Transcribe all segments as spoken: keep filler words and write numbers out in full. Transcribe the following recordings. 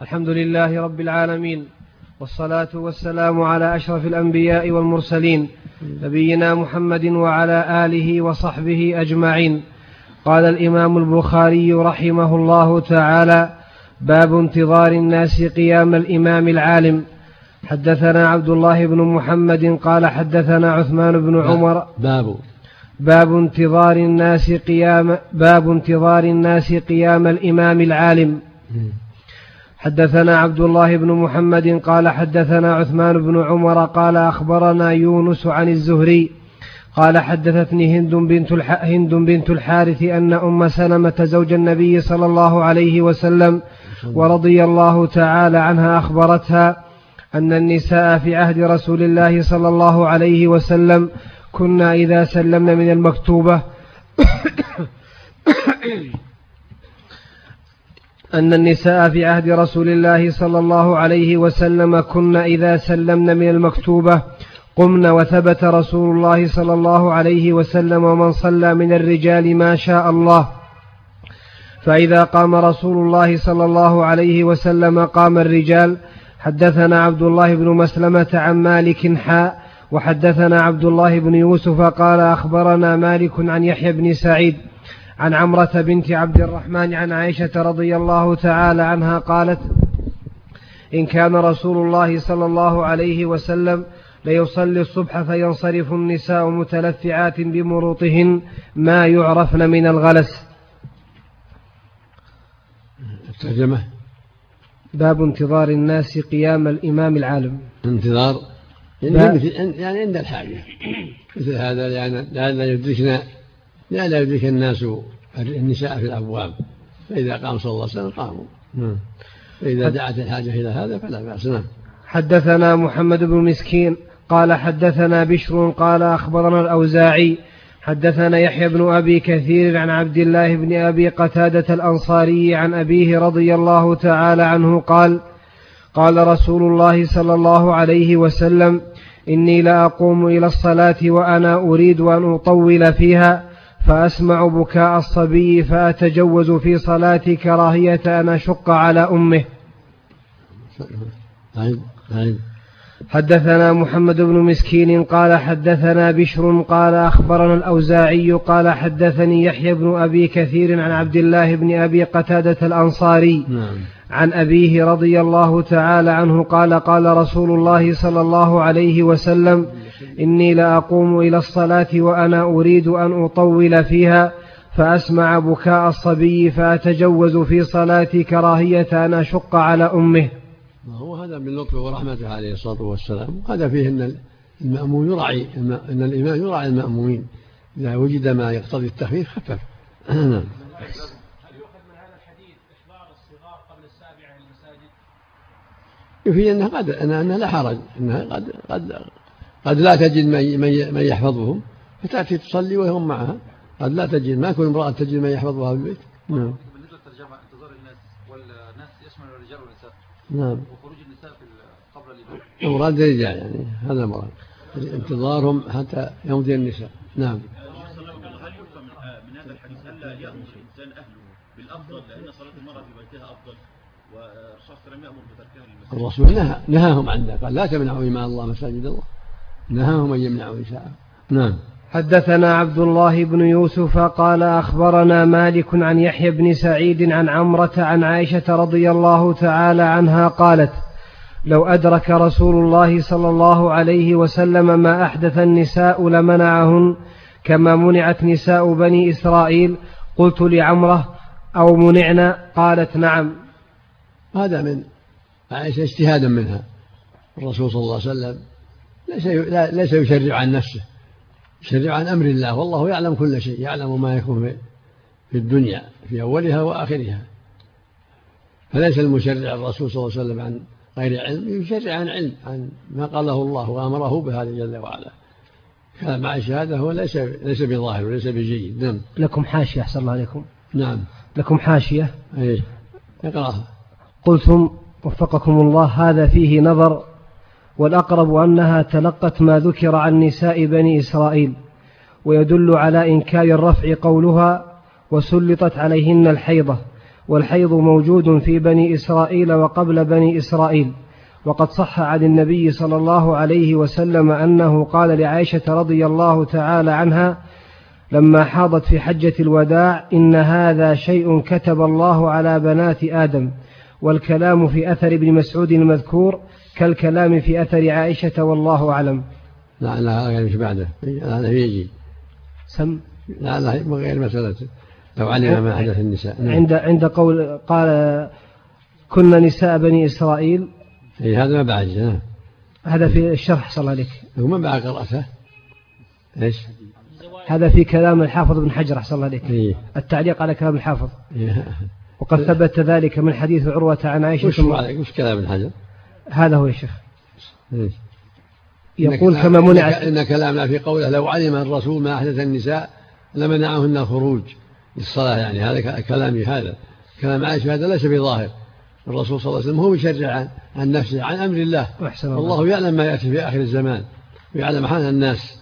الحمد لله رب العالمين، والصلاة والسلام على أشرف الأنبياء والمرسلين نبينا محمد وعلى آله وصحبه أجمعين. قال الإمام البخاري رحمه الله تعالى: باب انتظار الناس قيام الإمام العالم. حدثنا عبد الله بن محمد قال حدثنا عثمان بن عمر. باب باب انتظار الناس قيام باب انتظار الناس قيام الإمام العالم. حدثنا عبد الله بن محمد قال حدثنا عثمان بن عمر قال أخبرنا يونس عن الزهري قال حدثتني هند بنت هند بنت الحارث أن أم سلمة زوج النبي صلى الله عليه وسلم ورضي الله تعالى عنها أخبرتها أن النساء في عهد رسول الله صلى الله عليه وسلم كنا إذا سلمن من المكتوبة أن النساء في عهد رسول الله صلى الله عليه وسلم كنا إذا سلمن من المكتوبة قمن، وثبت رسول الله صلى الله عليه وسلم ومن صلى من الرجال ما شاء الله، فإذا قام رسول الله صلى الله عليه وسلم قام الرجال. حدثنا عبد الله بن مسلمة عن مالك حاء وحدثنا عبد الله بن يوسف قال أخبرنا مالك عن يحيى بن سعيد عن عمرة بنت عبد الرحمن عن عائشة رضي الله تعالى عنها قالت: إن كان رسول الله صلى الله عليه وسلم ليصلي الصبح فينصرف النساء متلفعات بمروطهن ما يعرفن من الغلس. الترجمة: باب انتظار الناس قيام الإمام العالم. انتظار يعني, يعني عند الحاجة مثل هذا، لأن لا يدركنا لا لا يدرك الناس النساء في الأبواب، فإذا قام صلى الله عليه وسلم قاموا، فإذا دعت الحاجة إلى هذا فلا بأس. حدثنا محمد بن مسكين قال حدثنا بشر قال أخبرنا الأوزاعي حدثنا يحيى بن أبي كثير عن عبد الله بن أبي قتادة الأنصاري عن أبيه رضي الله تعالى عنه قال: قال رسول الله صلى الله عليه وسلم: إني لأقوم إلى الصلاة وأنا أريد أن أطول فيها، فأسمع بكاء الصبي فأتجوز في صلاتي كراهية أن أشق على أمه. حدثنا محمد بن مسكين قال حدثنا بشر قال أخبرنا الأوزاعي قال حدثني يحيى بن أبي كثير عن عبد الله بن أبي قتادة الأنصاري عن أبيه رضي الله تعالى عنه قال: قال رسول الله صلى الله عليه وسلم: إني لأقوم إلى الصلاة وأنا أريد أن أطول فيها، فأسمع بكاء الصبي فأتجوز في صلاتي كراهية أن أشق على أمه. وهو هذا من لطفه ورحمته عليه الصلاة والسلام. هذا فيه أن المأمون يراعي أن الإمام يراعي المأمومين، إذا وجد ما يقتضي التخفيف خفف. هل يؤخذ من هذا الحديث إحضار الصغار قبل السابعة المساجد؟ يفيد أنها قد أنها لا حرج، أنها قد قد قد لا تجد من من يحفظهم فتأتي تصلي وهم معها، قد لا تجد، ما كل امرأة تجد من يحفظها في البيت. نعم. بالنسبة للترجمة انتظار الناس والناس يشمل الرجال والنساء. نعم. وخروج النساء في قبل الإمام. مراد الرجال، يعني هذا مراد انتظارهم حتى يمضي النساء. نعم. هل يفهم من هذا الحديث ألا يأمر الإنسان أهله بالأفضل لأن صلاة المرأة في بيتها أفضل، والشخص لم يأمر بتركها للمساجد؟ الرسول نهى نهاهم عن ذلك، قال: لا تمنعوا إماء الله مساجد الله، نهاهم أن يمنعوا نساءه. نعم. حدثنا عبد الله بن يوسف قال أخبرنا مالك عن يحيى بن سعيد عن عمرة عن عائشة رضي الله تعالى عنها قالت: لو أدرك رسول الله صلى الله عليه وسلم ما أحدث النساء لمنعهن كما منعت نساء بني إسرائيل. قلت لعمرة: أو منعنا؟ قالت: نعم. هذا من عائشة اجتهادا منها. الرسول صلى الله عليه وسلم ليس ليس يشرع عن نفسه، يشرع عن أمر الله، والله يعلم كل شيء، يعلم ما يكون في الدنيا في أولها وآخرها، فليس المشرع الرسول صلى الله عليه وسلم عن غير علم، يشرع عن علم، عن ما قاله الله وأمره بهذا جل وعلا. كلام عائشة هذا هو ليس ليس بظاهر وليس بجيد. نعم. لكم حاشية أحسن الله عليكم. نعم. لكم حاشية. أيه. اقرأها. قلتم وفقكم الله: هذا فيه نظر، والأقرب أنها تلقت ما ذكر عن نساء بني إسرائيل، ويدل على إنكار الرفع قولها: وسلطت عليهن الحيضة، والحيض موجود في بني إسرائيل وقبل بني إسرائيل. وقد صح عن النبي صلى الله عليه وسلم أنه قال لعائشة رضي الله تعالى عنها لما حاضت في حجة الوداع: إن هذا شيء كتب الله على بنات آدم. والكلام في أثر ابن مسعود المذكور كالكلام في أثر عائشة والله أعلم. لا لا يمشي بعده، هذا يجي سم لا لا غير مسألة لو علم ما حدث النساء. عند عند قول قال كنا نساء بني إسرائيل. إيه هذا ما بعد. هذا في الشرح صلى الله عليك. هو ما بعد قرأته. إيش؟ هذا في كلام الحافظ بن حجر أحسن الله عليك. إيه؟ التعليق على كلام الحافظ. إيه؟ وقد ثبت ذلك من حديث عروة عن عائشة. وش, وش كلام ابن حجر؟ هذا هو يا شيخ. إيه؟ يقول كما منع إن كلامنا في قوله لو علم الرسول ما أحدث النساء لمنعهن الخروج للصلاة، يعني هذا كلامي، هذا كلام عائشة، هذا ليس بظاهر. الرسول صلى الله عليه وسلم هو مشرع عن نفسه عن أمر الله، الله يعلم ما يأتي في آخر الزمان ويعلم حال الناس.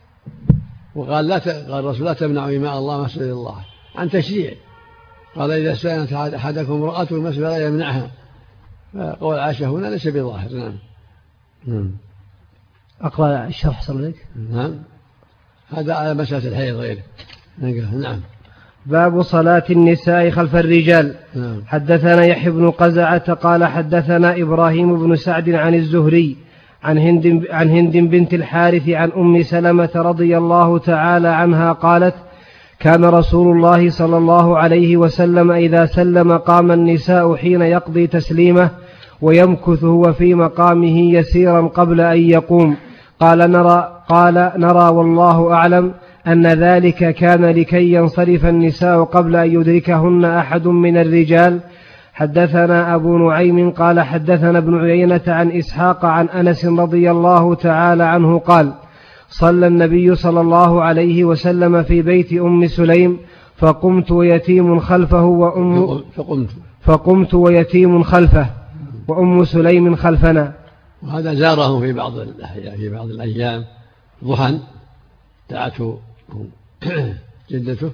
وقال لا ت... قال الرسول لا تمنعوا إماء الله مسجد الله عن تشريع. قال إذا استأذنت أحدكم امرأة المسجد لا يمنعها. فقول عائشة هنا ليس بظاهر. نعم. نعم. أقرأ الشرح صلى الله عليه وسلم. نعم. هذا على مسألة الحيض غيره. نعم. باب صلاة النساء خلف الرجال. نعم. حدثنا يحيى بن قزعة قال حدثنا إبراهيم بن سعد عن الزهري عن هند, عن هند بنت الحارث عن أم سلمة رضي الله تعالى عنها قالت: كان رسول الله صلى الله عليه وسلم إذا سلم قام النساء حين يقضي تسليمه ويمكث هو في مقامه يسيرا قبل أن يقوم. قال نرى, قال نرى والله أعلم أن ذلك كان لكي ينصرف النساء قبل أن يدركهن أحد من الرجال. حدثنا أبو نعيم قال حدثنا ابن عيينة عن إسحاق عن أنس رضي الله تعالى عنه قال: صلى النبي صلى الله عليه وسلم في بيت أم سليم فقمت ويتيم خلفه وأم فقمت, فقمت ويتيم خلفه وأم سليم خلفنا. وهذا زارهم في بعض في بعض الأيام ضحى دعته جدته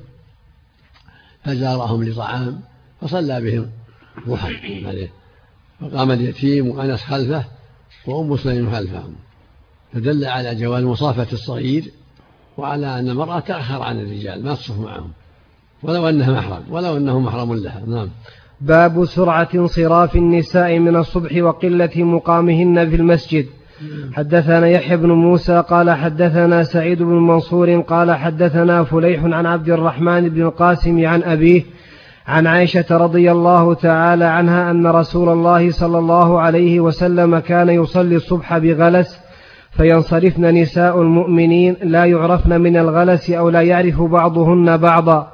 فزارهم لطعام فصلى بهم ضحى عليه، فقام اليتيم وأنس خلفه وأم سليم خلفهم، فدل على جواز مصافة الصغير وعلى أن المرأة تأخر عن الرجال ما تصف معهم ولو أنها محرم ولو أنه محرم لها. نعم. باب سرعة انصراف النساء من الصبح وقلة مقامهن في المسجد. حدثنا يحيى بن موسى قال حدثنا سعيد بن منصور قال حدثنا فليح عن عبد الرحمن بن القاسم عن أبيه عن عائشة رضي الله تعالى عنها أن رسول الله صلى الله عليه وسلم كان يصلي الصبح بغلس فينصرفن نساء المؤمنين لا يعرفن من الغلس أو لا يعرف بعضهن بعضا.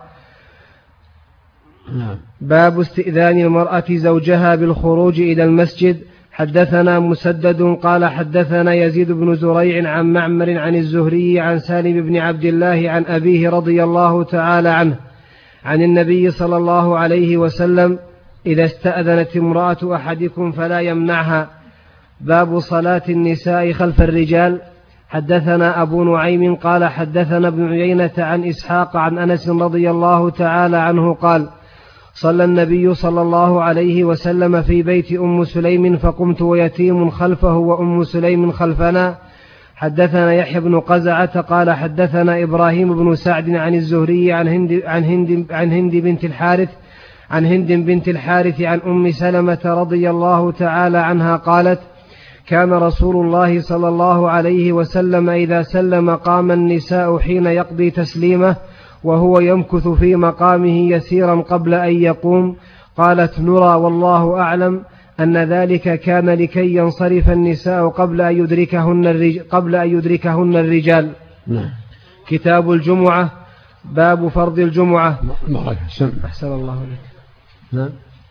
باب استئذان المرأة زوجها بالخروج إلى المسجد. حدثنا مسدد قال حدثنا يزيد بن زريع عن معمر عن الزهري عن سالم بن عبد الله عن أبيه رضي الله تعالى عنه عن النبي صلى الله عليه وسلم: إذا استأذنت امرأة أحدكم فلا يمنعها. باب صلاة النساء خلف الرجال. حدثنا أبو نعيم قال حدثنا ابن عيينة عن إسحاق عن أنس رضي الله تعالى عنه قال: صلى النبي صلى الله عليه وسلم في بيت أم سليم فقمت ويتيم خلفه وأم سليم خلفنا. حدثنا يحيى بن قزعة قال حدثنا إبراهيم بن سعد عن الزهري عن هند, عن هند, عن هند بنت الحارث عن هند بنت الحارث عن أم سلمة رضي الله تعالى عنها قالت: كان رسول الله صلى الله عليه وسلم إذا سلم قام النساء حين يقضي تسليمه وهو يمكث في مقامه يسيرا قبل أن يقوم. قالت: نرى والله أعلم أن ذلك كان لكي ينصرف النساء قبل أن يدركهن الرجال, قبل أن يدركهن الرجال. نعم. كتاب الجمعة. باب فرض الجمعة. أحسن الله عليك. نعم.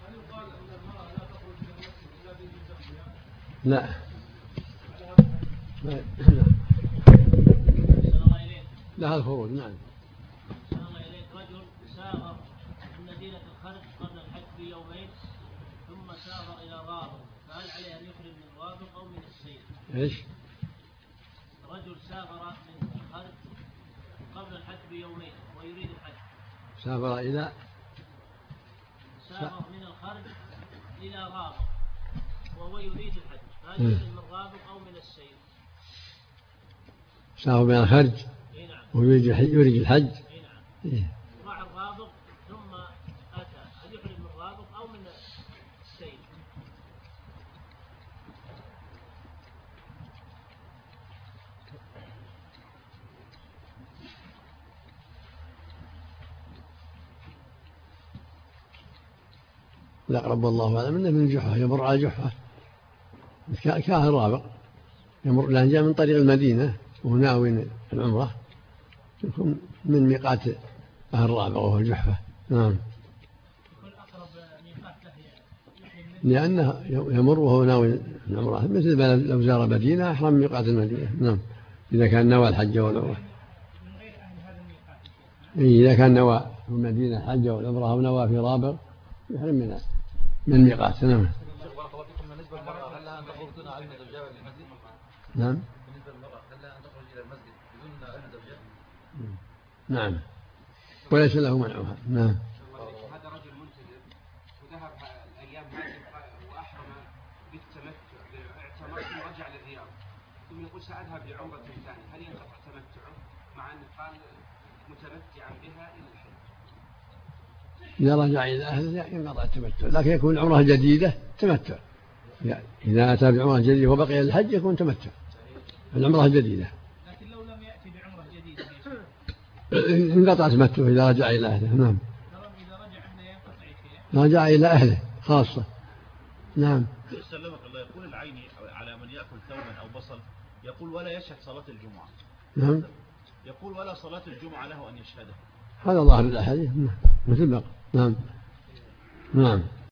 لا لا هذا الخروج. نعم. رجل سافر من مدينة الخرج قبل الحج بيومين ثم سافر إلى غابة، فهل عليه أن يخرج من الغابة أو من السير؟ إيش؟ رجل سافر من الخرج قبل الحج بيومين ويريد الحج. سافر إلى سافر من الخرج إلى غابة وهو يريد الحج فهل يحرم من غابة أو من السير؟ سافر من الخرج ويريد يريد الحج راح الرابط ثم أتى هل يحرم من الرابط أو من السير؟ لا رب الله أعلم إنه من الجحفة يمر على الجحفة كاهل الرابق يمر لأن جاء من طريق المدينة وهو ناوي العمرة يكون من ميقات أهل الرابق وهو الجحفة. نعم. لأنه يمر وهو ناوي العمرة مثل لو زار مدينة أحرم ميقات المدينة. نعم إذا كان نوى الحج والعمرة. إذا كان نوى في المدينة الحج والعمرة أو نوى في رابق يحرم من من ميقات. نعم. بالنسبة للمرأة هل لها أن تخرج دون علم زوجها للمسجد؟ نعم. بالنسبة للمرأة هل لها أن تخرج إلى المسجد بدون علم زوجها؟ نعم. وليس له منعها. نعم. هذا رجل منتظر وذهب الأيام هذه وأحرم بالتمتع باعتمار ثم رجع للرياض ثم يقول سأذهب لعمرة ثانية هل ينقطع تمتعه مع أن قال متمتعا بها إلى الحج؟ إذا رجع إلى أهله ينقطع التمتع لكن يكون عمره جديدة تمتع يعني إذا أتى بعمرة جديدة وبقي الحج يكون تمتع العمرة الجديدة. لكن لو لم يأتي بعمرة جديدة انقطع تمتعه إذا رجع إلى أهله. نعم. إذا رجع أهله ينقطع رجع إلى أهله خاصة. نعم. سلمك الله. يقول العيني على من يأكل ثوما أو بصل يقول ولا يشهد صلاة الجمعة. نعم. يقول ولا صلاة الجمعة له أن يشهدها. هذا ظاهر الأحاديث مثل بقى. نعم. نعم.